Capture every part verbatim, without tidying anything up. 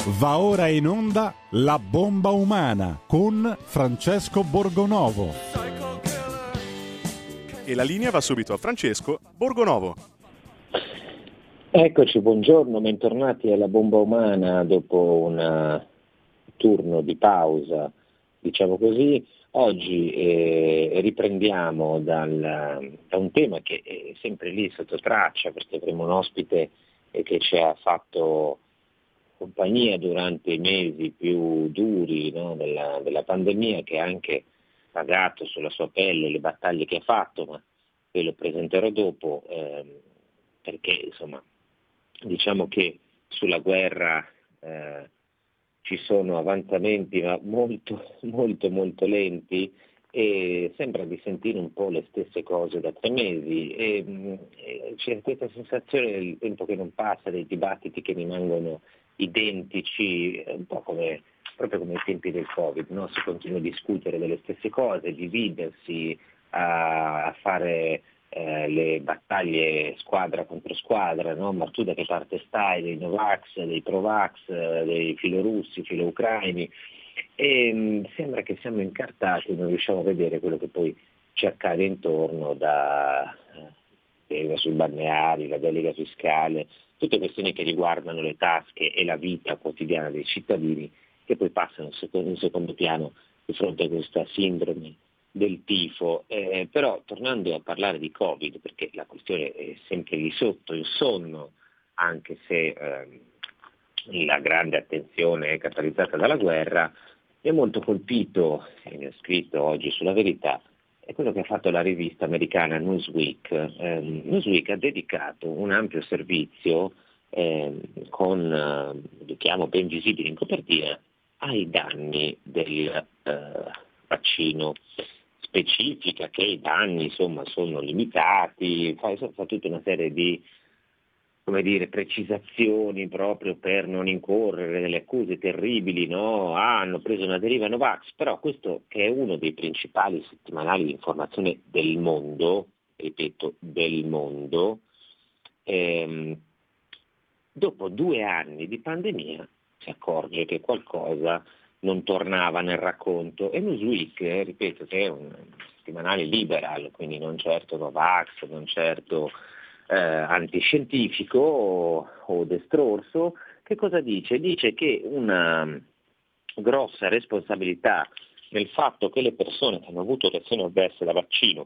Va ora in onda La bomba umana con Francesco Borgonovo. E la linea va subito a Francesco Borgonovo. Eccoci, buongiorno, bentornati alla bomba umana dopo un turno di pausa, diciamo così. Oggi eh, riprendiamo dal, da un tema che è sempre lì sotto traccia, perché avremo un ospite eh, che ci ha fatto compagnia durante i mesi più duri, no, della, della pandemia, che ha anche pagato sulla sua pelle le battaglie che ha fatto, ma ve lo presenterò dopo, ehm, perché insomma diciamo che sulla guerra eh, ci sono avanzamenti ma molto molto molto lenti e sembra di sentire un po' le stesse cose da tre mesi e, e c'è questa sensazione del tempo che non passa, dei dibattiti che rimangono identici, un po' come proprio come ai tempi del Covid, no? Si continua a discutere delle stesse cose, dividersi, a, a fare eh, le battaglie squadra contro squadra, no? Ma tu da che parte stai? Dei Novax, dei Provax, dei filorussi, filoucraini, e mh, sembra che siamo incartati e non riusciamo a vedere quello che poi ci accade intorno, da delega sui balneari, la delega fiscale, tutte questioni che riguardano le tasche e la vita quotidiana dei cittadini, che poi passano in secondo, in secondo piano di fronte a questa sindrome del tifo. Eh, però tornando a parlare di Covid, perché la questione è sempre lì sotto, il sonno, anche se ehm, la grande attenzione è catalizzata dalla guerra, mi ha molto colpito, e ne ho scritto oggi sulla Verità, è quello che ha fatto la rivista americana Newsweek. Eh, Newsweek ha dedicato un ampio servizio eh, con, eh, lo chiamo ben visibile in copertina, ai danni del eh, vaccino. Specifica che i danni insomma sono limitati, fa, fa tutta una serie di come dire, precisazioni proprio per non incorrere nelle accuse terribili, no? Ah, hanno preso una deriva Novax, però questo che è uno dei principali settimanali di informazione del mondo, ripeto, del mondo, ehm, dopo due anni di pandemia si accorge che qualcosa non tornava nel racconto. E Newsweek, eh, ripeto, che è un settimanale liberal, quindi non certo Novax, non certo eh, antiscientifico o, o destrorso, che cosa dice? Dice che una grossa responsabilità nel fatto che le persone che hanno avuto reazioni avverse da vaccino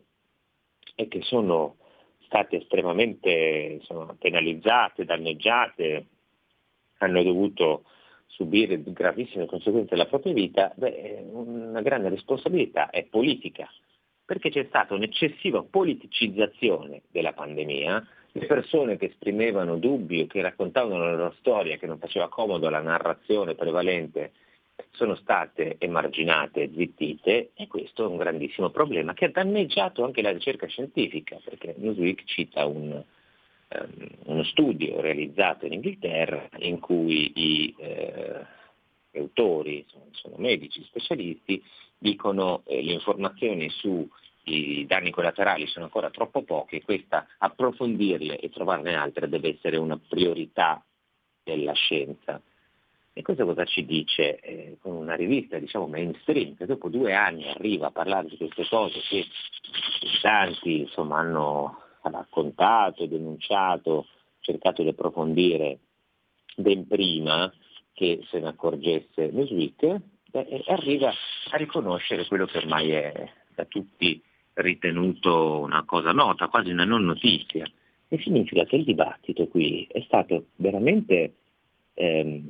e che sono state estremamente insomma, penalizzate, danneggiate, hanno dovuto subire gravissime conseguenze della propria vita, beh, una grande responsabilità è politica, perché c'è stata un'eccessiva politicizzazione della pandemia. Le persone che esprimevano dubbi o che raccontavano la loro storia, che non faceva comodo alla narrazione prevalente, sono state emarginate, zittite, e questo è un grandissimo problema che ha danneggiato anche la ricerca scientifica, perché Newsweek cita un, um, uno studio realizzato in Inghilterra in cui i eh, autori, sono, sono medici specialisti, dicono che eh, le informazioni su i danni collaterali sono ancora troppo poche, questa approfondirle e trovarne altre deve essere una priorità della scienza. E questo cosa ci dice? Eh, con una rivista diciamo mainstream che dopo due anni arriva a parlare di queste cose che tanti insomma hanno raccontato, denunciato, cercato di approfondire ben prima che se ne accorgesse Newsweek, beh, arriva a riconoscere quello che ormai è da tutti ritenuto una cosa nota, quasi una non notizia, e significa che il dibattito qui è stato veramente ehm,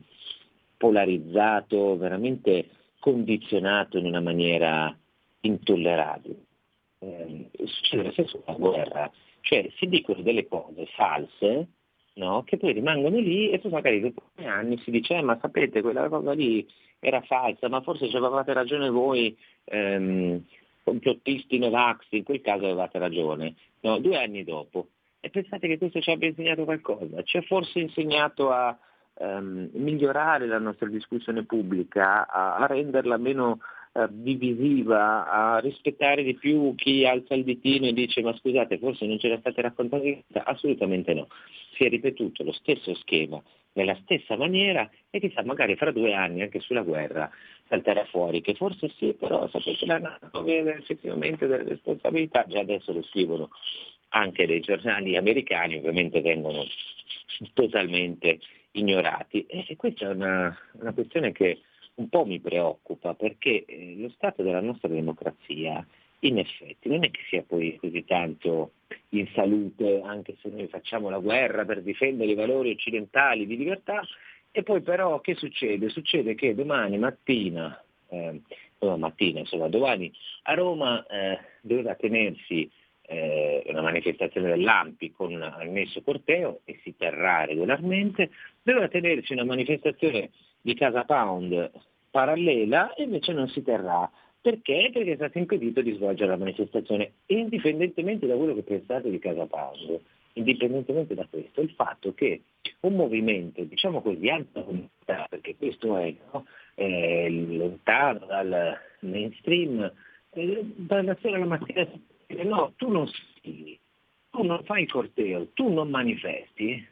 polarizzato, veramente condizionato in una maniera intollerabile. Eh, succede lo stesso con la guerra, cioè si dicono delle cose false, no? Che poi rimangono lì e poi magari dopo due anni si dice eh, ma sapete quella cosa lì era falsa, ma forse ci avevate ragione voi ehm, complottisti Novax, in quel caso avevate ragione, no? Due anni dopo. E pensate che questo ci abbia insegnato qualcosa? Ci ha forse insegnato a Um, migliorare la nostra discussione pubblica, a, a renderla meno uh, divisiva, a rispettare di più chi alza il ditino e dice ma scusate forse non ce la state raccontando? Assolutamente no, si è ripetuto lo stesso schema nella stessa maniera e chissà magari fra due anni anche sulla guerra salterà fuori che forse sì, però sapete la NATO aveva effettivamente delle responsabilità, già adesso lo scrivono anche dei giornali americani, ovviamente vengono totalmente ignorati e questa è una, una questione che un po' mi preoccupa perché eh, lo stato della nostra democrazia in effetti non è che sia poi così tanto in salute, anche se noi facciamo la guerra per difendere i valori occidentali di libertà, e poi però che succede? Succede che domani mattina, eh, no, mattina insomma, domani a Roma eh, doveva tenersi eh, una manifestazione dell'A M P con un annesso corteo e si terrà regolarmente, doveva tenersi una manifestazione di Casa Pound parallela e invece non si terrà. Perché? Perché è stato impedito di svolgere la manifestazione, indipendentemente da quello che pensate di Casa Pound, indipendentemente da questo, il fatto che un movimento, diciamo così, anticomunità, perché questo è, no? È lontano dal mainstream, eh, dalla sera alla mattina, no, tu non scrivi, tu non fai il corteo, tu non manifesti,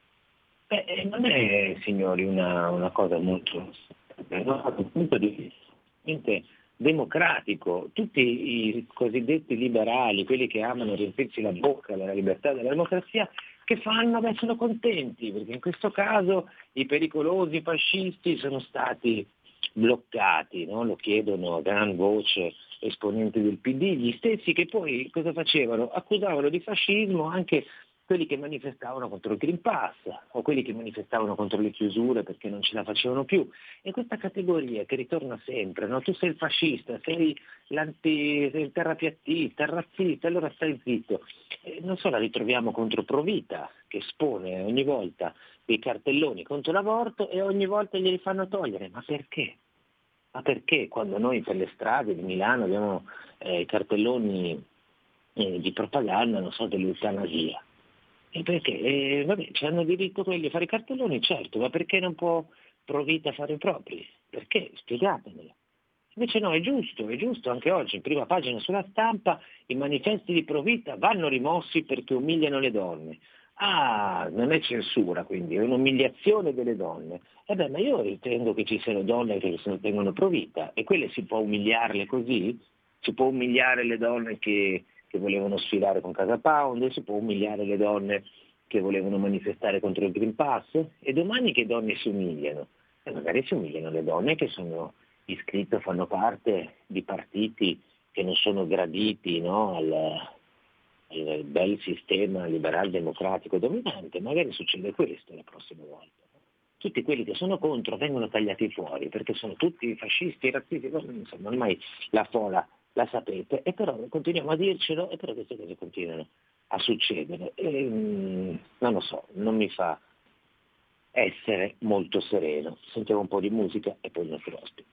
eh, non è, signori, una, una cosa molto, no? Da un punto di vista democratico, tutti i cosiddetti liberali, quelli che amano riempirci la bocca della libertà e della democrazia, che fanno? Beh, sono contenti, perché in questo caso i pericolosi fascisti sono stati bloccati, no? Lo chiedono a gran voce esponenti del P D, gli stessi che poi cosa facevano? Accusavano di fascismo anche quelli che manifestavano contro il Green Pass o quelli che manifestavano contro le chiusure perché non ce la facevano più. E questa categoria che ritorna sempre, no? Tu sei il fascista, sei, l'anti, sei il terrapiattista, il razzista, allora stai zitto. E non so, la ritroviamo contro Provita, che espone ogni volta dei cartelloni contro l'aborto e ogni volta glieli fanno togliere. Ma perché? Ma perché quando noi per le strade di Milano abbiamo eh, i cartelloni eh, di propaganda, non so, dell'eutanasia? E perché? Eh, vabbè, hanno diritto quelli a fare i cartelloni, certo, ma perché non può Provita fare i propri? Perché? Spiegatemelo. Invece no, è giusto, è giusto, anche oggi in prima pagina sulla Stampa i manifesti di Provita vanno rimossi perché umiliano le donne. Ah, non è censura, quindi è un'umiliazione delle donne. E beh, ma io ritengo che ci siano donne che si ritengono Provita e quelle si può umiliarle così? Si può umiliare le donne che che volevano sfilare con Casa Pound, si può umiliare le donne che volevano manifestare contro il Green Pass e domani che donne si umiliano? E magari si umiliano le donne che sono iscritte o fanno parte di partiti che non sono graditi, no, al, al bel sistema liberal democratico dominante, magari succede questo la prossima volta. Tutti quelli che sono contro vengono tagliati fuori perché sono tutti fascisti, razzisti, insomma ormai la fola la sapete, e però continuiamo a dircelo e però queste cose continuano a succedere e mm, non lo so, non mi fa essere molto sereno. Sentiamo un po' di musica e poi il nostro ospite.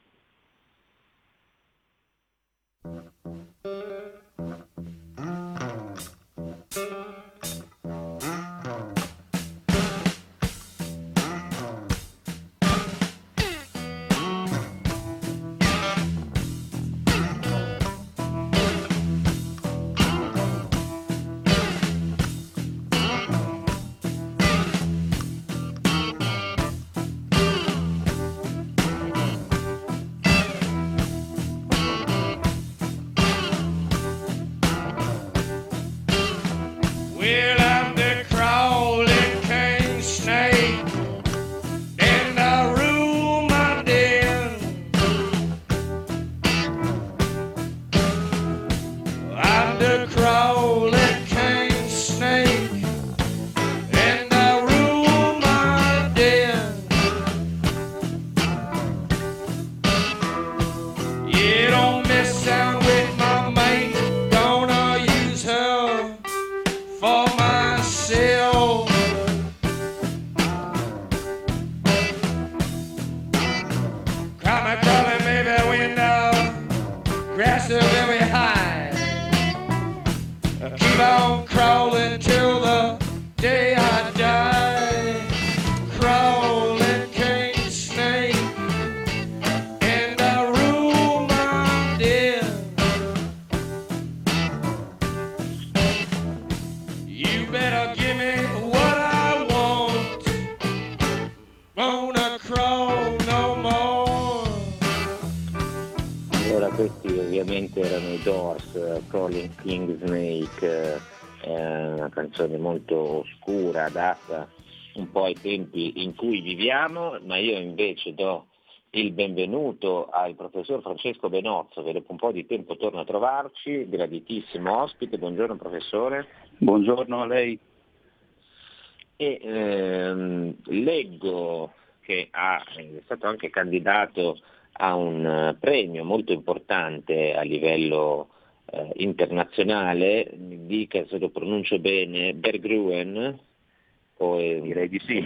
no more. Allora, questi ovviamente erano i Doors, uh, Calling King Snake, uh, una canzone molto oscura, adatta un po' ai tempi in cui viviamo, ma io invece do il benvenuto al professor Francesco Benozzo, che dopo un po' di tempo torna a trovarci, graditissimo ospite. Buongiorno professore. Buongiorno a lei. E ehm, leggo che ha, è stato anche candidato a un premio molto importante a livello eh, internazionale, mi dica se lo pronuncio bene, Berggruen, o è, direi di sì.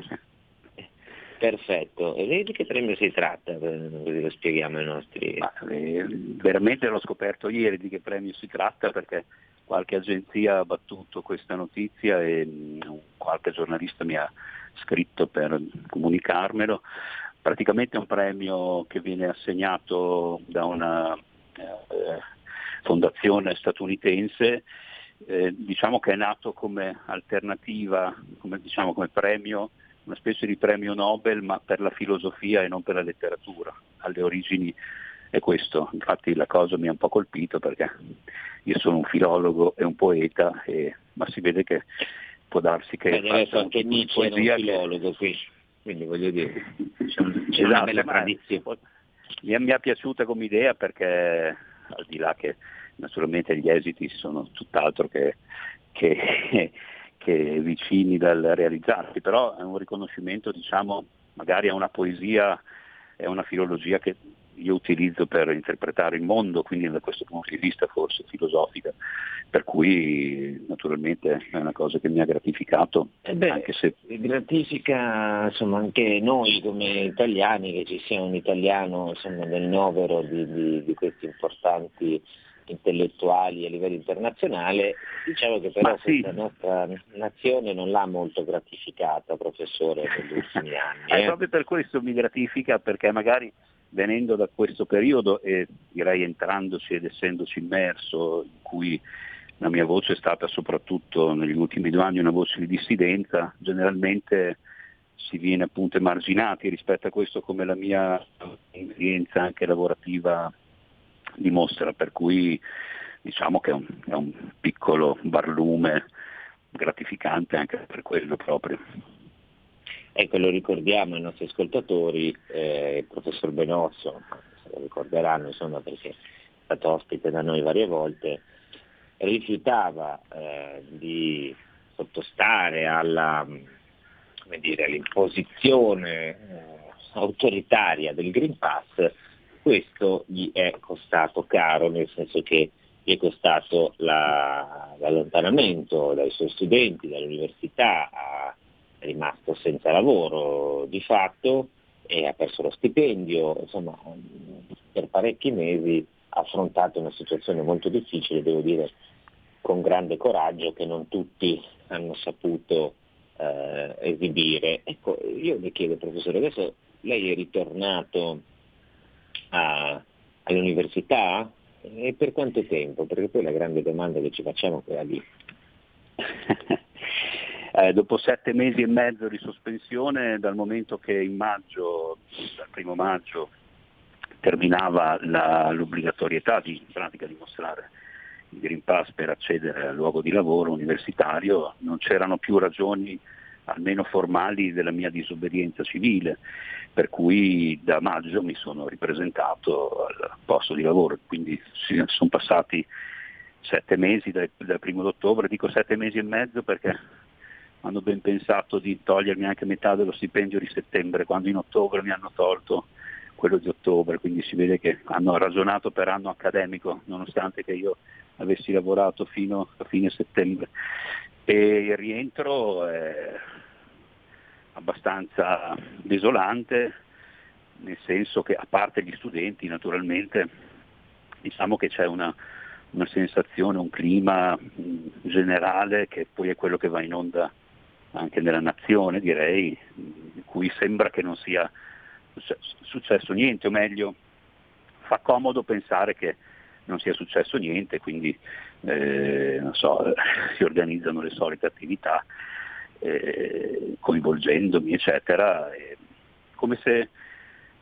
Perfetto, e di che premio si tratta? Così lo spieghiamo ai nostri... Ma, eh, veramente l'ho scoperto ieri di che premio si tratta, perché qualche agenzia ha battuto questa notizia e mh, qualche giornalista mi ha scritto per comunicarmelo. Praticamente è un premio che viene assegnato da una eh, fondazione statunitense, eh, diciamo che è nato come alternativa, come, diciamo, come premio, una specie di premio Nobel, ma per la filosofia e non per la letteratura. Alle origini è questo, infatti la cosa mi ha un po' colpito perché io sono un filologo e un poeta, e, ma si vede che può darsi che Beh, adesso anche un, Nietzsche era un filologo che... qui, quindi voglio dire, c'è, un, c'è esatto, una bella tradizione. Mi è, mi è piaciuta come idea perché, al di là che naturalmente gli esiti sono tutt'altro che, che, che vicini dal realizzarsi, però è un riconoscimento, diciamo, magari a una poesia e a una filologia che io utilizzo per interpretare il mondo, quindi da questo punto di vista forse filosofica, per cui naturalmente è una cosa che mi ha gratificato. Eh beh, anche se gratifica insomma anche noi come italiani, che ci sia un italiano insomma nel novero di, di, di questi importanti intellettuali a livello internazionale. Diciamo che però Ma sì. questa nostra nazione non l'ha molto gratificata, professore, negli ultimi anni. Eh, eh. proprio per questo mi gratifica, perché magari venendo da questo periodo e direi entrandoci ed essendoci immerso, in cui la mia voce è stata soprattutto negli ultimi due anni una voce di dissidenza, generalmente si viene appunto emarginati rispetto a questo, come la mia esperienza anche lavorativa dimostra, per cui diciamo che è un, è un piccolo barlume gratificante anche per quello proprio. Ecco, lo ricordiamo ai nostri ascoltatori, eh, il professor Benozzo, se lo ricorderanno insomma perché è stato ospite da noi varie volte, rifiutava eh, di sottostare alla, come dire, all'imposizione eh, autoritaria del Green Pass. Questo gli è costato caro, nel senso che gli è costato la, l'allontanamento dai suoi studenti, dall'università, a, è rimasto senza lavoro di fatto e ha perso lo stipendio, insomma per parecchi mesi ha affrontato una situazione molto difficile, devo dire con grande coraggio, che non tutti hanno saputo eh, esibire. Ecco, io le chiedo professore, adesso lei è ritornato a, all'università e per quanto tempo? Perché poi la grande domanda che ci facciamo è quella lì. Eh, dopo sette mesi e mezzo di sospensione, dal momento che in maggio, dal primo maggio, terminava la, l'obbligatorietà di in pratica dimostrare il Green Pass per accedere al luogo di lavoro universitario, non c'erano più ragioni, almeno formali, della mia disobbedienza civile, per cui da maggio mi sono ripresentato al posto di lavoro, quindi sono passati sette mesi dal, dal primo d'ottobre, dico sette mesi e mezzo perché hanno ben pensato di togliermi anche metà dello stipendio di settembre, quando in ottobre mi hanno tolto quello di ottobre, quindi si vede che hanno ragionato per anno accademico, nonostante che io avessi lavorato fino a fine settembre. E il rientro è abbastanza desolante, nel senso che, a parte gli studenti naturalmente, diciamo che c'è una, una sensazione, un clima mh, generale, che poi è quello che va in onda anche nella nazione, direi, in cui sembra che non sia successo niente, o meglio, fa comodo pensare che non sia successo niente, quindi eh, non so, si organizzano le solite attività eh, coinvolgendomi eccetera, e come se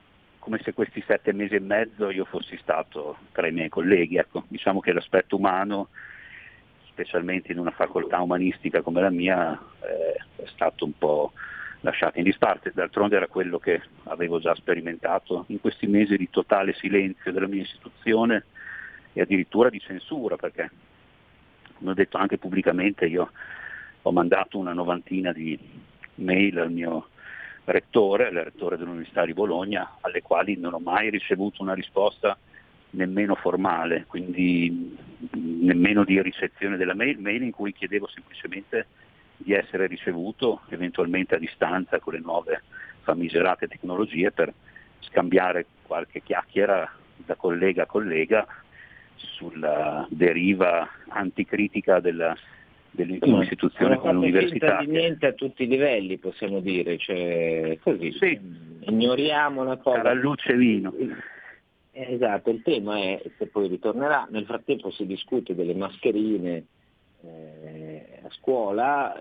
come se questi sette mesi e mezzo io fossi stato tra i miei colleghi. Ecco, diciamo che l'aspetto umano, specialmente in una facoltà umanistica come la mia, eh, è stato un po' lasciato in disparte. D'altronde era quello che avevo già sperimentato in questi mesi di totale silenzio della mia istituzione e addirittura di censura, perché, come ho detto anche pubblicamente, io ho mandato una novantina di mail al mio rettore, al rettore dell'Università di Bologna, alle quali non ho mai ricevuto una risposta nemmeno formale, quindi nemmeno di ricezione della mail, mail in cui chiedevo semplicemente di essere ricevuto eventualmente a distanza con le nuove famigerate tecnologie per scambiare qualche chiacchiera da collega a collega sulla deriva anticritica della dell'istituzione come l'università. Di niente a tutti i livelli, possiamo dire, cioè così sì. Ignoriamo la cosa. Alla luce vino. Esatto, il tema è, se poi ritornerà, nel frattempo si discute delle mascherine eh, a scuola,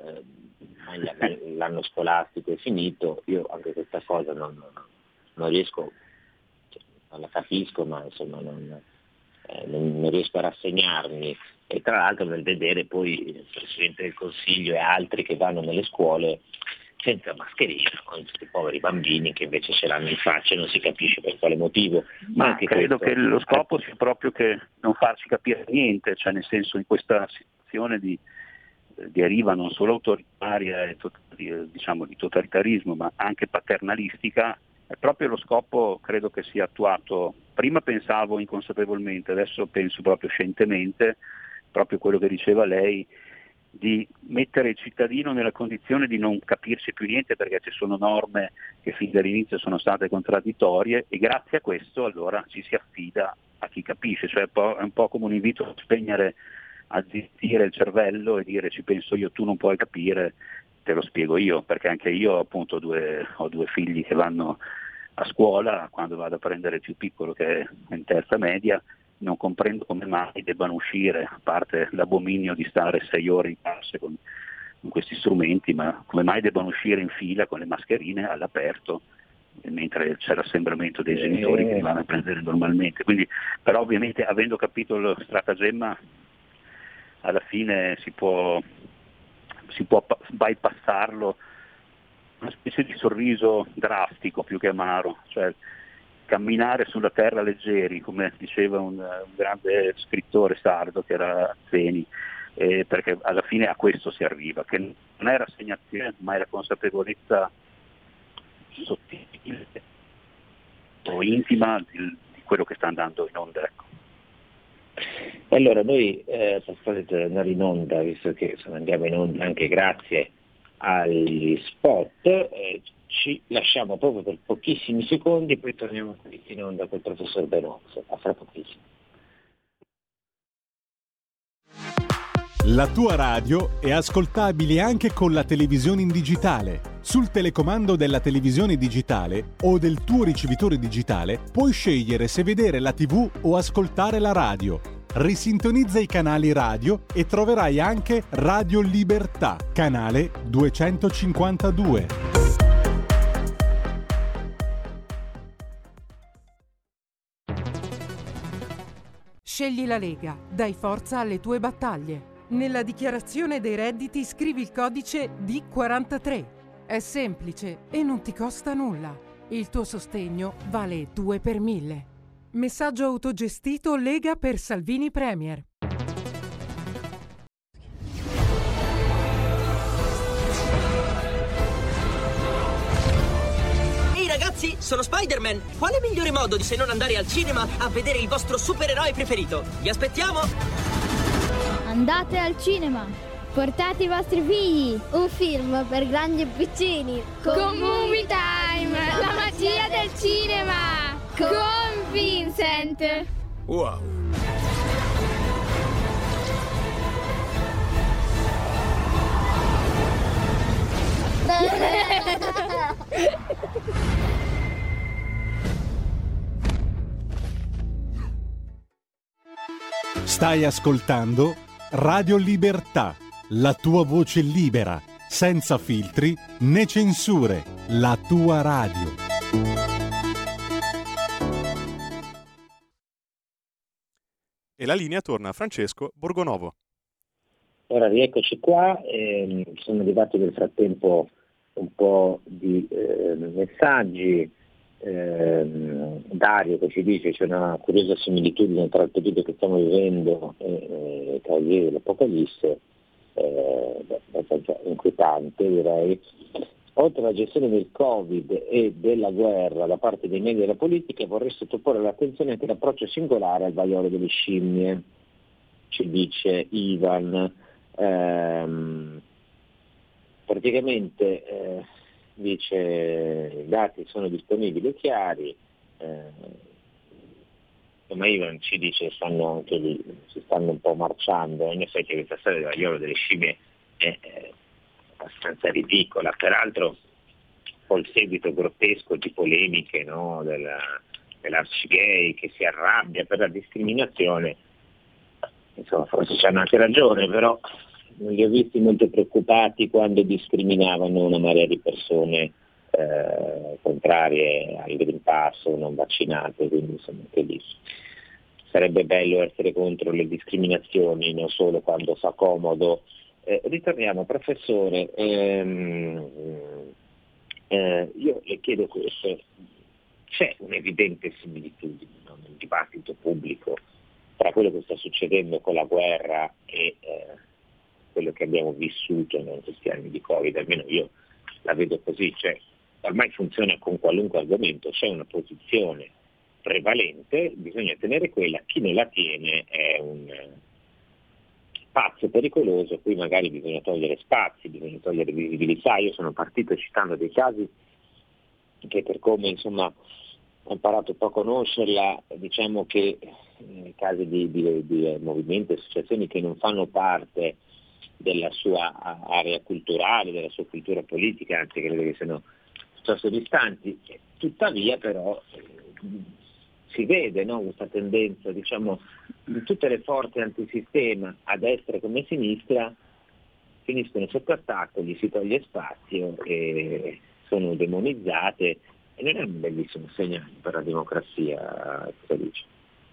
eh, l'anno scolastico è finito, io anche questa cosa non, non, non riesco, cioè, non la capisco, ma insomma non, eh, non, non riesco a rassegnarmi. E tra l'altro nel vedere poi il Presidente del Consiglio e altri che vanno nelle scuole senza mascherina, con questi poveri bambini che invece ce l'hanno in faccia e non si capisce per quale motivo. Ma, Ma anche credo questo... che lo scopo sia proprio che non farci capire niente, cioè nel senso, in questa situazione di deriva non solo autoritaria e diciamo di totalitarismo, ma anche paternalistica, è proprio lo scopo, credo che sia attuato, prima pensavo inconsapevolmente, adesso penso proprio scientemente, proprio quello che diceva lei, di mettere il cittadino nella condizione di non capirci più niente, perché ci sono norme che fin dall'inizio sono state contraddittorie, e grazie a questo allora ci si affida a chi capisce, cioè è un po' come un invito a spegnere, a zittire il cervello e dire ci penso io, tu non puoi capire, te lo spiego io, perché anche io appunto due, ho due figli che vanno a scuola, quando vado a prendere il più piccolo che è in terza media, non comprendo come mai debbano uscire, a parte l'abominio di stare sei ore in classe con, con questi strumenti, ma come mai debbano uscire in fila con le mascherine all'aperto, mentre c'è l'assembramento dei genitori che li vanno a prendere normalmente. Quindi, però ovviamente avendo capito lo stratagemma, alla fine si può, si può bypassarlo, una specie di sorriso drastico più che amaro, cioè camminare sulla terra leggeri, come diceva un, un grande scrittore sardo che era Zeni, eh, perché alla fine a questo si arriva, che non è rassegnazione, ma è la consapevolezza sottile o intima di, di quello che sta andando in onda. Ecco. Allora noi eh, per andare in onda, visto che insomma, andiamo in onda anche grazie agli spot, eh, ci lasciamo proprio per pochissimi secondi, poi torniamo qui in onda col professor Benozzo. A fra pochissimo. La tua radio è ascoltabile anche con la televisione in digitale. Sul telecomando della televisione digitale o del tuo ricevitore digitale puoi scegliere se vedere la tivù o ascoltare la radio. Risintonizza i canali radio e troverai anche Radio Libertà, canale duecentocinquantadue. Scegli la Lega, dai forza alle tue battaglie. Nella dichiarazione dei redditi scrivi il codice D quarantatré. È semplice e non ti costa nulla. Il tuo sostegno vale due per mille. Messaggio autogestito Lega per Salvini Premier. Ehi ragazzi, sono Spider-Man! Quale migliore modo di se non andare al cinema a vedere il vostro supereroe preferito? Vi aspettiamo! Andate al cinema! Portate i vostri figli! Un film per grandi e piccini! Con Movie Time! La magia del cinema! Con Vincent! Wow! Stai ascoltando Radio Libertà, la tua voce libera, senza filtri né censure, la tua radio. E la linea torna a Francesco Borgonovo. Ora rieccoci qua, eh, sono arrivati nel frattempo un po' di eh, messaggi. Eh, Dario che ci dice c'è una curiosa similitudine tra il periodo che stiamo vivendo e, e tra ieri e l'Apocalisse, eh, abbastanza inquietante direi. Oltre alla gestione del Covid e della guerra da parte dei media e della politica, vorrei sottoporre l'attenzione anche l'approccio singolare al vaiolo delle scimmie, ci dice Ivan. Ehm, praticamente eh, dice i dati sono disponibili e chiari, eh, ma Ivan ci dice stanno anche lì, si stanno un po' marciando. In effetti questa storia del vaiolo delle scimmie è, è abbastanza ridicola, peraltro col seguito grottesco di polemiche, no, della, dell'Arcigay che si arrabbia per la discriminazione. Insomma, forse c'hanno anche ragione, però non li ho visti molto preoccupati quando discriminavano una marea di persone eh, contrarie al Green Pass o non vaccinate, quindi insomma anche lì sarebbe bello essere contro le discriminazioni, non solo quando fa comodo. Eh, ritorniamo, professore, ehm, eh, io le chiedo questo, c'è un'evidente similitudine, no, nel dibattito pubblico tra quello che sta succedendo con la guerra e eh, quello che abbiamo vissuto in questi anni di Covid, almeno io la vedo così, cioè ormai funziona con qualunque argomento, c'è una posizione prevalente, bisogna tenere quella, chi non la tiene è un pazzo pericoloso, qui magari bisogna togliere spazi, bisogna togliere visibilità. Io sono partito citando dei casi che per come insomma ho imparato un po' a conoscerla, diciamo che nei casi di, di, di movimenti, associazioni che non fanno parte della sua area culturale, della sua cultura politica, anzi credo che siano piuttosto distanti, tuttavia però eh, si vede, no, questa tendenza, diciamo, in tutte le forze antisistema, a destra come a sinistra, finiscono sotto attacco, gli si toglie spazio e sono demonizzate, e non è un bellissimo segnale per la democrazia, cosa dice?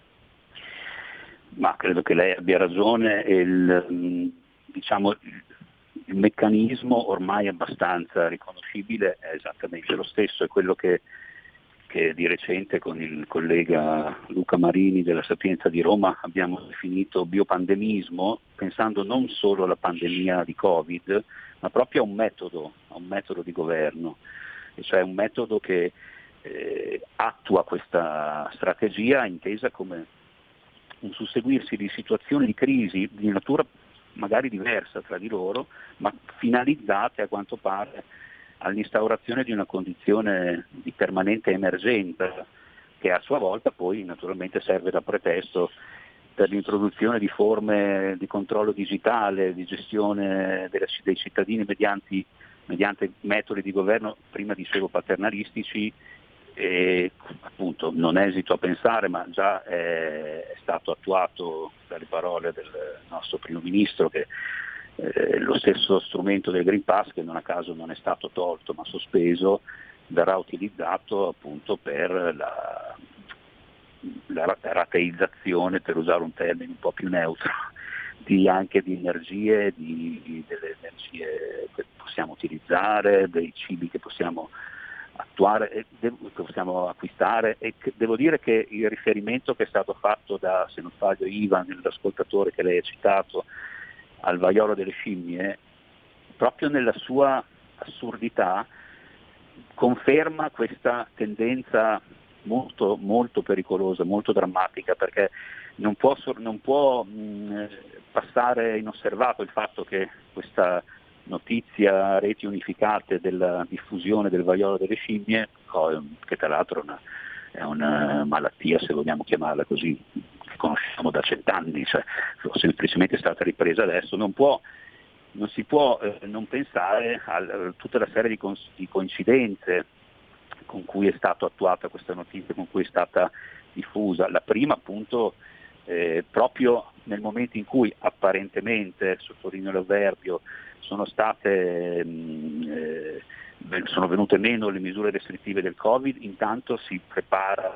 Ma credo che lei abbia ragione, e il, diciamo, il meccanismo ormai abbastanza riconoscibile è esattamente lo stesso, è quello che che di recente con il collega Luca Marini della Sapienza di Roma abbiamo definito biopandemismo, pensando non solo alla pandemia di Covid, ma proprio a un metodo, a un metodo di governo, e cioè un metodo che eh, attua questa strategia intesa come un susseguirsi di situazioni di crisi di natura magari diversa tra di loro, ma finalizzate a quanto pare all'instaurazione di una condizione di permanente emergenza, che a sua volta poi naturalmente serve da pretesto per l'introduzione di forme di controllo digitale, di gestione delle, dei cittadini mediante, mediante metodi di governo, prima dicevo paternalistici, e appunto non esito a pensare, ma già è, è stato attuato dalle parole del nostro primo ministro, che Eh, lo stesso strumento del Green Pass, che non a caso non è stato tolto ma sospeso, verrà utilizzato appunto per la, la rateizzazione, per usare un termine un po' più neutro, di, anche di energie, di, di, delle energie che possiamo utilizzare, dei cibi che possiamo attuare, e che possiamo acquistare, e che, devo dire che il riferimento che è stato fatto da, se non sbaglio, Ivan, l'ascoltatore che lei ha citato, al vaiolo delle scimmie, proprio nella sua assurdità conferma questa tendenza molto, molto pericolosa, molto drammatica, perché non può, non può mh, passare inosservato il fatto che questa notizia a reti unificate della diffusione del vaiolo delle scimmie, che tra l'altro è una, è una malattia, se vogliamo chiamarla così, conosciamo da cent'anni, cioè semplicemente è stata ripresa adesso, non può, non si può eh, non pensare a, a tutta la serie di, cons- di coincidenze con cui è stata attuata questa notizia, con cui è stata diffusa. La prima appunto eh, proprio nel momento in cui apparentemente, sottolineo l'avverbio, sono state mh, eh, sono venute meno le misure restrittive del Covid, intanto si prepara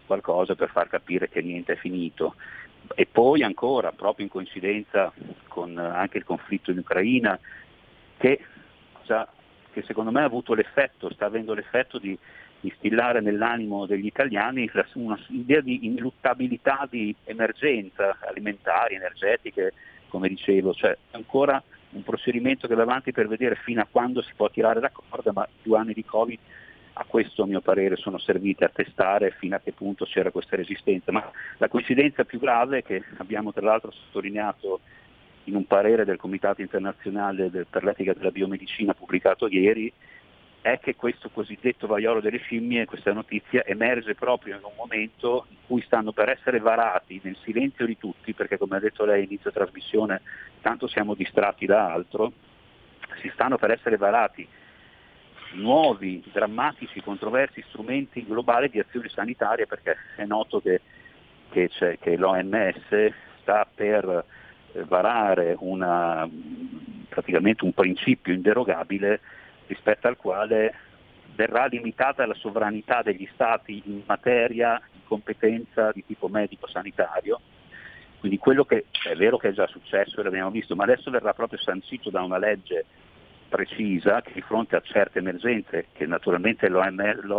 qualcosa per far capire che niente è finito. E poi ancora, proprio in coincidenza con anche il conflitto in Ucraina, che, già, che secondo me ha avuto l'effetto, sta avendo l'effetto di instillare nell'animo degli italiani un'idea di ineluttabilità di emergenza alimentari, energetiche, come dicevo, cioè ancora un procedimento che va avanti per vedere fino a quando si può tirare la corda, ma due anni di Covid a questo a mio parere sono serviti a testare fino a che punto c'era questa resistenza. Ma la coincidenza più grave, che abbiamo tra l'altro sottolineato in un parere del Comitato internazionale per l'etica della biomedicina pubblicato ieri, è che questo cosiddetto vaiolo delle scimmie, questa notizia, emerge proprio in un momento in cui stanno per essere varati nel silenzio di tutti, perché come ha detto lei all'inizio trasmissione, tanto siamo distratti da altro, si stanno per essere varati nuovi, drammatici, controversi strumenti globali di azione sanitaria, perché è noto che, che, c'è, che l'O M S sta per varare una, praticamente un principio inderogabile rispetto al quale verrà limitata la sovranità degli Stati in materia di competenza di tipo medico-sanitario. Quindi quello che è vero che è già successo e l'abbiamo visto, ma adesso verrà proprio sancito da una legge precisa che di fronte a certe emergenze, che naturalmente l'O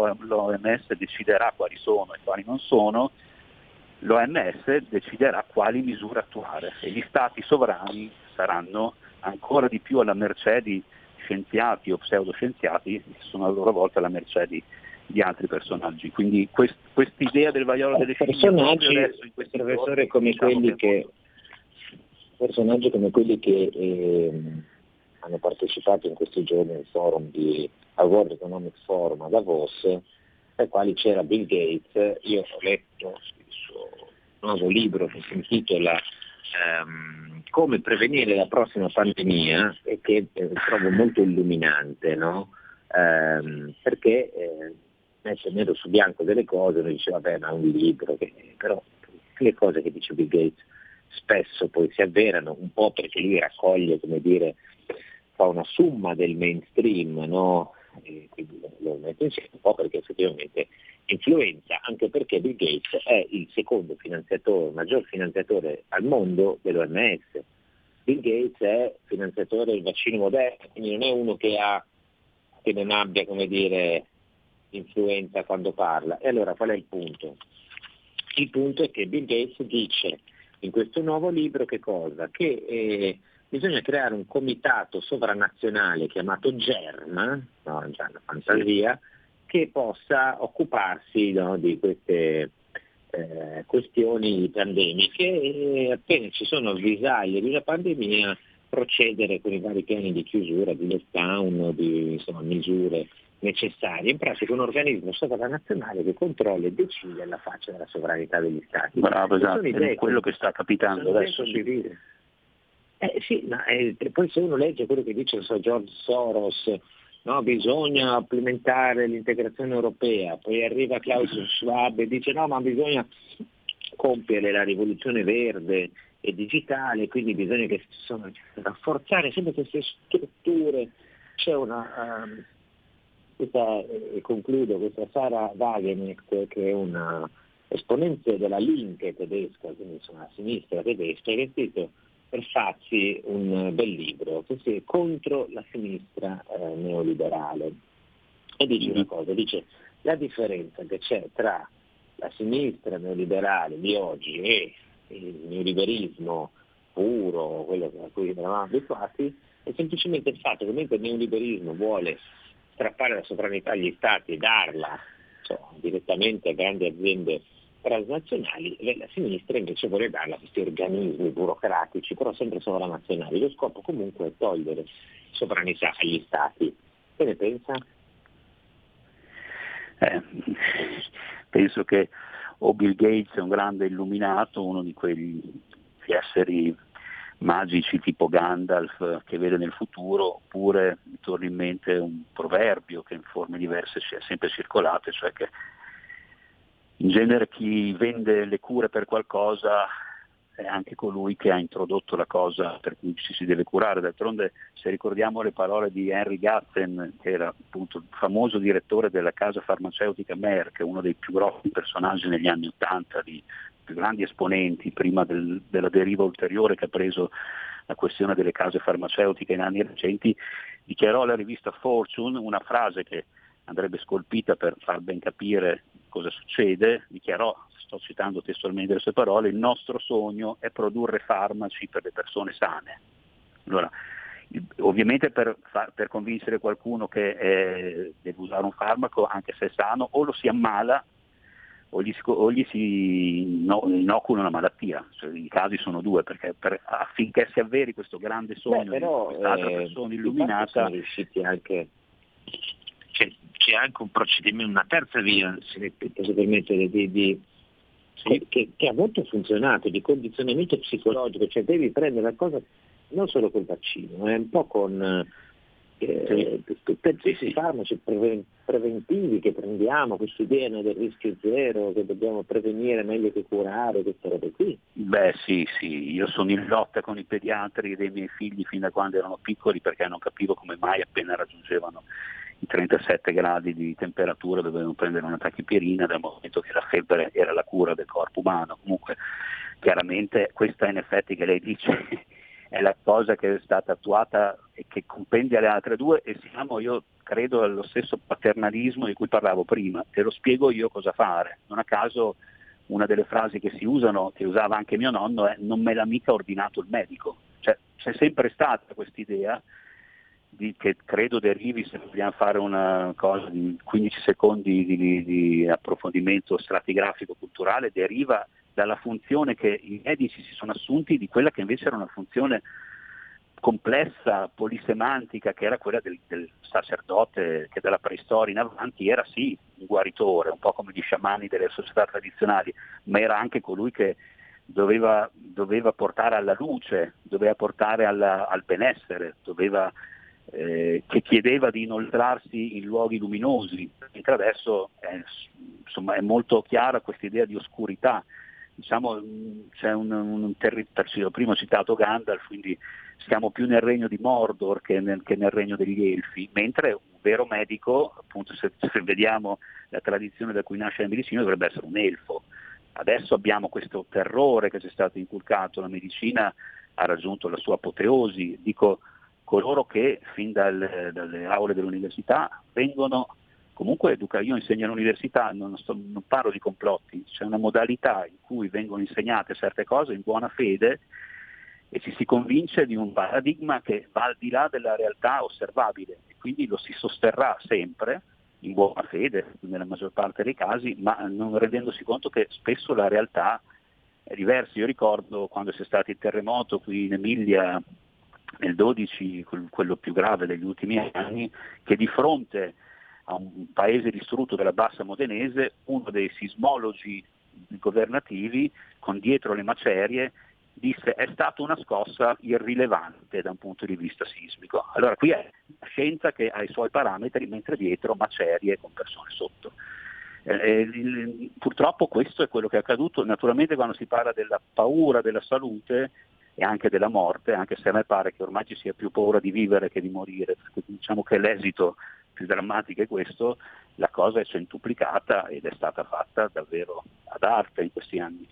M S deciderà quali sono e quali non sono, l'O M S deciderà quali misure attuare e gli Stati sovrani saranno ancora di più alla mercé di scienziati o pseudoscienziati che sono a loro volta alla mercé di, di altri personaggi. Quindi quest, quest'idea del vaiolo delle scimmie personaggi, adesso in questi professore, giorni, come diciamo quelli che, che personaggi come quelli che eh, hanno partecipato in questi giorni al forum di al World Economic Forum a Davos, tra i quali c'era Bill Gates. Io ho letto il suo nuovo libro che si intitola Um, come prevenire la prossima pandemia, e che eh, trovo molto illuminante, no? Um, perché eh, mette nero su bianco delle cose. Uno dice vabbè, ma è un libro, che, però le cose che dice Bill Gates spesso poi si avverano, un po' perché lui raccoglie, come dire, fa una summa del mainstream, no? E quindi lo mette insieme, un po' perché effettivamente influenza, anche perché Bill Gates è il secondo finanziatore, maggior finanziatore al mondo dell'O M S. Bill Gates è finanziatore del vaccino Moderna, quindi non è uno che ha che non abbia, come dire, influenza quando parla. E allora qual è il punto? Il punto è che Bill Gates dice in questo nuovo libro che cosa? Che eh, bisogna creare un comitato sovranazionale chiamato GERM, no, già una fantasia, che possa occuparsi, no, di queste eh, questioni pandemiche, e appena ci sono avvisaglie di una pandemia procedere con i vari piani di chiusura, di lockdown, di insomma, misure necessarie. In pratica un organismo sovranazionale che controlla e decide alla faccia della sovranità degli Stati. Bravo, esatto, è quello che sta capitando adesso. Eh, sì, ma eh, poi se uno legge quello che dice so, George Soros, no, bisogna implementare l'integrazione europea, poi arriva Klaus Schwab e dice no, ma bisogna compiere la rivoluzione verde e digitale, quindi bisogna che insomma, rafforzare sempre queste strutture. C'è una, um, questa, e concludo, questa Sarah Wagenknecht, che è una esponente della Linke tedesca, quindi insomma la sinistra tedesca, che ha scritto per farsi un bel libro che è contro la sinistra eh, neoliberale, e dice una cosa, dice la differenza che c'è tra la sinistra neoliberale di oggi e il neoliberismo puro, quello a cui eravamo abituati, è semplicemente il fatto che mentre il neoliberismo vuole strappare la sovranità agli Stati e darla, cioè, direttamente a grandi aziende transnazionali, la sinistra invece vuole darla a questi organismi burocratici, però sempre sovranazionali. Lo scopo comunque è togliere sovranità agli Stati. Che ne pensa? Eh, penso che o Bill Gates è un grande illuminato, uno di quegli esseri magici tipo Gandalf che vede nel futuro, oppure mi torna in mente un proverbio che in forme diverse si è sempre circolato, cioè che in genere chi vende le cure per qualcosa è anche colui che ha introdotto la cosa per cui ci si deve curare. D'altronde, se ricordiamo le parole di Henry Gatzen, che era appunto il famoso direttore della casa farmaceutica Merck, uno dei più grossi personaggi negli anni Ottanta, di più grandi esponenti prima del, della deriva ulteriore che ha preso la questione delle case farmaceutiche in anni recenti, dichiarò alla rivista Fortune una frase che andrebbe scolpita per far ben capire cosa succede. Dichiarò, sto citando testualmente le sue parole: il nostro sogno è produrre farmaci per le persone sane. Allora, ovviamente per, far, per convincere qualcuno che eh, deve usare un farmaco, anche se è sano, o lo si ammala o gli, o gli si inocula una malattia. Cioè, i casi sono due, perché per, affinché si avveri questo grande sogno. Beh, però, di quest'altra eh, persona illuminata, sono riusciti anche, c'è, c'è anche un procedimento, una terza via, se mi posso permettere, di, di sì. che, che a volte ha funzionato, di condizionamento psicologico, cioè devi prendere la cosa non solo col vaccino, ma eh, un po' con eh, sì. per questi sì, farmaci pre- preventivi che prendiamo, questa idea del rischio zero, che dobbiamo prevenire meglio che curare, queste robe qui. Beh sì, sì, io sono in lotta con i pediatri dei miei figli fin da quando erano piccoli, perché non capivo come mai appena raggiungevano i trentasette gradi di temperatura dovevano prendere una tachipirina, dal momento che la febbre era la cura del corpo umano. Comunque chiaramente questa in effetti che lei dice è la cosa che è stata attuata e che compendia le altre due, e siamo, io credo, allo stesso paternalismo di cui parlavo prima. Te lo spiego io cosa fare. Non a caso una delle frasi che si usano, che usava anche mio nonno, è: non me l'ha mica ordinato il medico. Cioè c'è sempre stata quest'idea di, che credo derivi, se vogliamo fare una cosa di quindici secondi di, di, di approfondimento stratigrafico culturale, deriva dalla funzione che i medici si sono assunti di quella che invece era una funzione complessa, polisemantica, che era quella del, del sacerdote, che dalla preistoria in avanti era sì un guaritore, un po' come gli sciamani delle società tradizionali, ma era anche colui che doveva, doveva portare alla luce, doveva portare alla, al benessere, doveva, eh, che chiedeva di inoltrarsi in luoghi luminosi, mentre adesso è, insomma, è molto chiara questa idea di oscurità. Diciamo, c'è un, un territorio, prima ho citato Gandalf, quindi siamo più nel regno di Mordor che nel, che nel regno degli Elfi, mentre un vero medico, appunto se, se vediamo la tradizione da cui nasce la medicina, dovrebbe essere un elfo. Adesso abbiamo questo terrore che ci è stato inculcato, la medicina ha raggiunto la sua apoteosi, dico coloro che fin dal, dalle aule dell'università vengono comunque educa, io insegno all'università, non, sto, non parlo di complotti, c'è una modalità in cui vengono insegnate certe cose in buona fede e ci si convince di un paradigma che va al di là della realtà osservabile, e quindi lo si sosterrà sempre in buona fede nella maggior parte dei casi, ma non rendendosi conto che spesso la realtà è diversa. Io ricordo quando c'è stato il terremoto qui in Emilia nel dodici, quello più grave degli ultimi anni, che di fronte a un paese distrutto della bassa modenese, uno dei sismologi governativi, con dietro le macerie, disse: è stata una scossa irrilevante da un punto di vista sismico. Allora qui è la scienza che ha i suoi parametri, mentre dietro macerie con persone sotto. Eh, il, purtroppo questo è quello che è accaduto. Naturalmente quando si parla della paura della salute e anche della morte, anche se a me pare che ormai ci sia più paura di vivere che di morire, diciamo che l'esito più drammatico è questo, la cosa è centuplicata ed è stata fatta davvero ad arte in questi anni.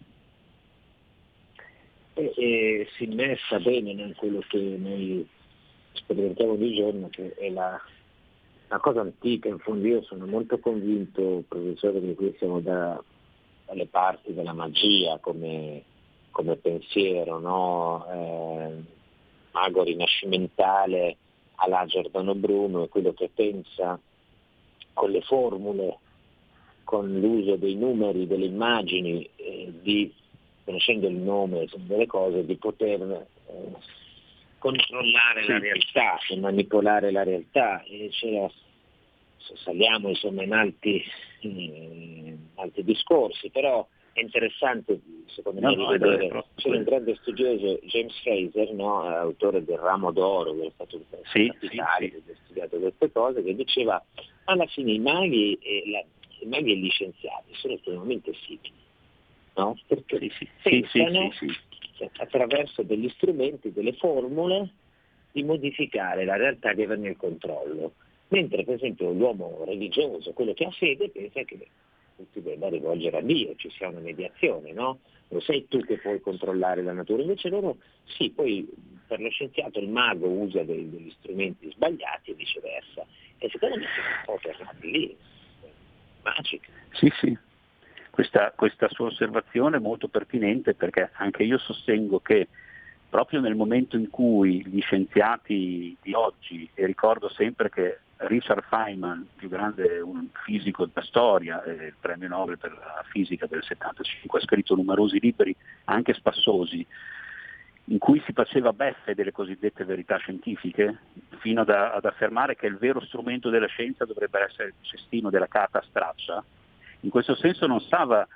E, e si immersa bene in quello che noi sperimentiamo di giorno, che è la, la cosa antica. In fondo io sono molto convinto, professore, che qui siamo da, dalle parti della magia come, come pensiero, no? Eh, mago rinascimentale alla Giordano Bruno, è quello che pensa con le formule, con l'uso dei numeri, delle immagini, eh, di, conoscendo il nome delle cose, di poter eh, controllare sì. la realtà e manipolare la realtà. E c'era, saliamo insomma in alti, in alti discorsi, però è interessante secondo no, me no, rivedere. No, c'è un grande studioso, James Fraser, no, autore del Ramo d'Oro, che è stato un sì, capitale, sì, che ha studiato queste cose, che diceva alla fine i maghi e, la, i maghi e gli scienziati sono estremamente simili, no? Perché sì, sì, pensano sì, sì, sì. attraverso degli strumenti, delle formule, di modificare la realtà di averne il controllo. Mentre per esempio l'uomo religioso, quello che ha fede, pensa che si debba rivolgere a Dio, ci sia una mediazione, no? Lo sei tu che puoi controllare la natura, invece loro sì, poi per lo scienziato il mago usa dei, degli strumenti sbagliati e viceversa. E secondo me siamo un po' tornati lì, magica. Sì, sì, questa, questa sua osservazione è molto pertinente, perché anche io sostengo che proprio nel momento in cui gli scienziati di oggi, e ricordo sempre che Richard Feynman, più grande un fisico della storia, eh, il premio Nobel per la fisica del settantacinque, ha scritto numerosi libri, anche spassosi, in cui si faceva beffe delle cosiddette verità scientifiche, fino ad, ad affermare che il vero strumento della scienza dovrebbe essere il cestino della carta straccia. In questo senso non stava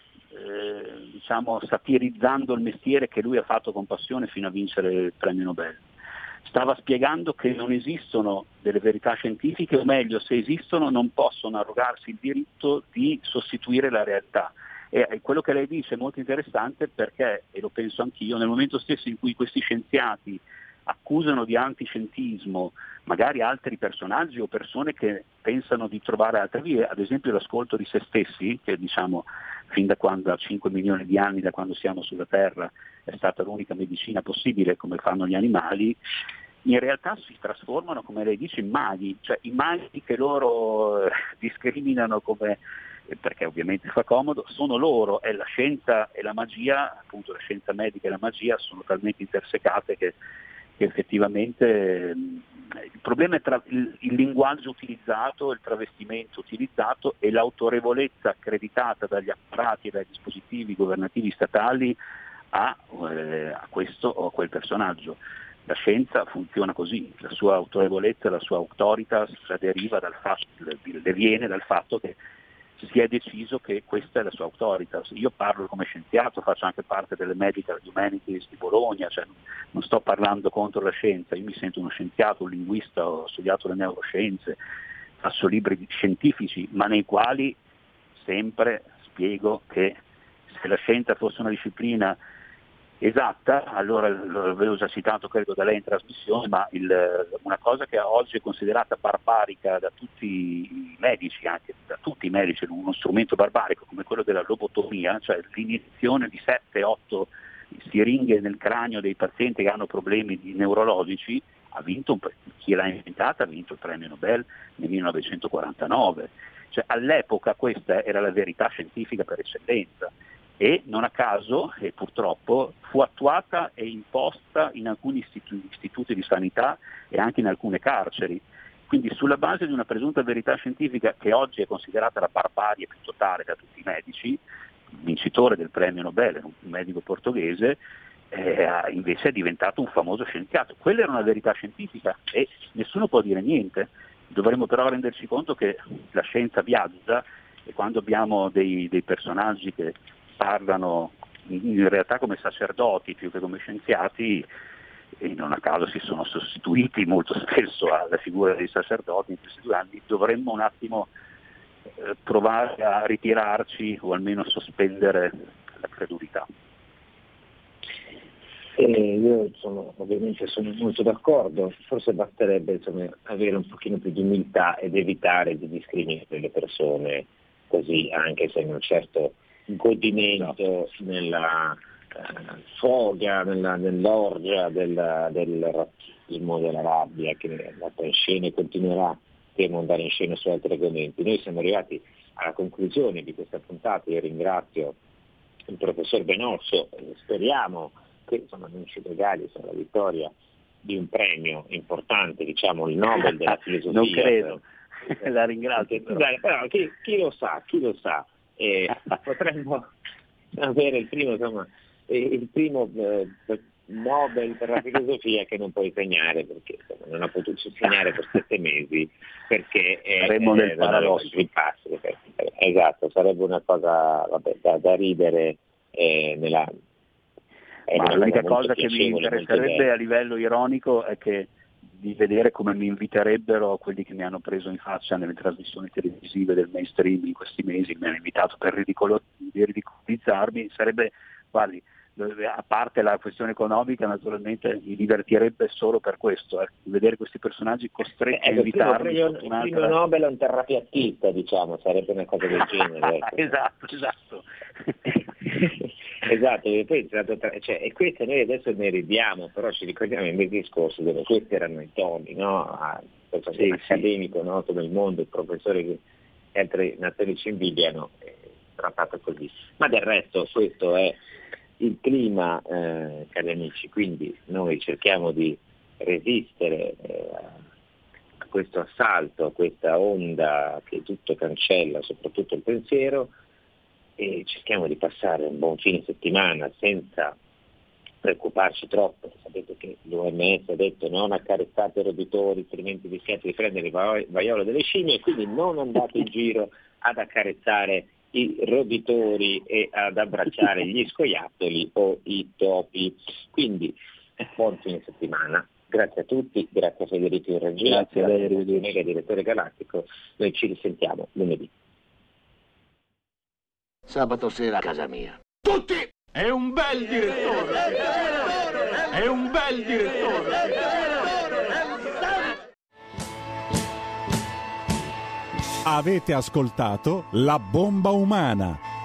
eh, diciamo, satirizzando il mestiere che lui ha fatto con passione fino a vincere il premio Nobel. Stava spiegando che non esistono delle verità scientifiche, o meglio, se esistono non possono arrogarsi il diritto di sostituire la realtà. E quello che lei dice è molto interessante, perché, e lo penso anch'io, nel momento stesso in cui questi scienziati accusano di antiscientismo magari altri personaggi o persone che pensano di trovare altre vie, ad esempio l'ascolto di se stessi, che diciamo fin da quando, a cinque milioni di anni, da quando siamo sulla Terra, è stata l'unica medicina possibile, come fanno gli animali, in realtà si trasformano, come lei dice, in maghi, cioè i maghi che loro eh, discriminano come, perché ovviamente fa comodo, sono loro, e la scienza e la magia, appunto la scienza medica e la magia sono talmente intersecate che, che effettivamente mh, il problema è tra il, il linguaggio utilizzato, il travestimento utilizzato e l'autorevolezza accreditata dagli apparati e dai dispositivi governativi statali a, eh, a questo o a quel personaggio. La scienza funziona così, la sua autorevolezza, la sua autoritas la deriva dal fatto, le viene dal fatto che si è deciso che questa è la sua autoritas. Io parlo come scienziato, faccio anche parte delle Medical Humanities di Bologna, cioè non sto parlando contro la scienza, io mi sento uno scienziato, un linguista, ho studiato le neuroscienze, faccio libri scientifici, ma nei quali sempre spiego che se la scienza fosse una disciplina esatta, allora l'avevo già citato credo da lei in trasmissione, ma il, una cosa che oggi è considerata barbarica da tutti i medici, anche da tutti i medici, uno strumento barbarico come quello della lobotomia, cioè l'iniezione di sette otto siringhe nel cranio dei pazienti che hanno problemi neurologici, ha vinto un, chi l'ha inventata ha vinto il premio Nobel nel millenovecentoquarantanove, cioè all'epoca questa era la verità scientifica per eccellenza. E non a caso, e purtroppo, fu attuata e imposta in alcuni istitu- istituti di sanità e anche in alcune carceri. Quindi sulla base di una presunta verità scientifica che oggi è considerata la barbarie più totale da tutti i medici, vincitore del premio Nobel, un medico portoghese, eh, invece è diventato un famoso scienziato. Quella era una verità scientifica e nessuno può dire niente. Dovremmo però renderci conto che la scienza viaggia, e quando abbiamo dei, dei personaggi che parlano in realtà come sacerdoti più che come scienziati, e non a caso si sono sostituiti molto spesso alla figura dei sacerdoti in questi due anni, dovremmo un attimo eh, provare a ritirarci o almeno a sospendere la credulità. Eh, io sono, ovviamente sono molto d'accordo, forse basterebbe insomma, avere un pochino più di umiltà ed evitare di discriminare le persone così, anche se in un certo godimento nella eh, foga, nella, nell'orgia del, del razzismo, della rabbia che è andata in scena e continuerà a andare in scena su altri argomenti. Noi siamo arrivati alla conclusione di questa puntata, io ringrazio il professor Benozzo, speriamo che insomma, non ci regali la vittoria di un premio importante, diciamo il Nobel della filosofia. Non credo, la ringrazio. Però, però chi, chi lo sa, chi lo sa. Eh, potremmo avere il primo, insomma, il primo eh, Nobel per la filosofia che non puoi segnare perché insomma, non ha potuto segnare per sette mesi perché saremmo nel paradosso. Esatto, sarebbe una cosa vabbè, da, da ridere eh, nella, ma l'unica cosa che mi interesserebbe a livello ironico è che di vedere come mi inviterebbero quelli che mi hanno preso in faccia nelle trasmissioni televisive del mainstream in questi mesi, mi hanno invitato per ridicolo, ridicolizzarmi, sarebbe, guardi, a parte la questione economica, naturalmente mi divertirebbe solo per questo, eh, vedere questi personaggi costretti eh, a invitarli. Il premio Nobel è un terrapiattista, diciamo, sarebbe una cosa del genere. esatto, esatto. Esatto, e poi cioè, e queste noi adesso ne ridiamo, però ci ricordiamo il mese scorso dove questi erano i toni, no? Questo sì, accademico, sì. Noto nel mondo, il professore che altre nazioni ci invidiano, è trattato così. Ma del resto questo è il clima, eh, cari amici, quindi noi cerchiamo di resistere eh, a questo assalto, a questa onda che tutto cancella, soprattutto il pensiero, e cerchiamo di passare un buon fine settimana senza preoccuparci troppo. Sapete che l'O M S ha detto non accarezzate i roditori, altrimenti rischiate di prendere il vaiolo delle scimmie, e quindi non andate in giro ad accarezzare i roditori e ad abbracciare gli scoiattoli o i topi. Quindi buon fine settimana, grazie a tutti, grazie a Federico in regia, grazie a lei, mega direttore galattico. Noi ci risentiamo lunedì. Sabato sera a casa mia. Tutti! È un bel direttore! È un bel direttore! Avete ascoltato La Bomba Umana,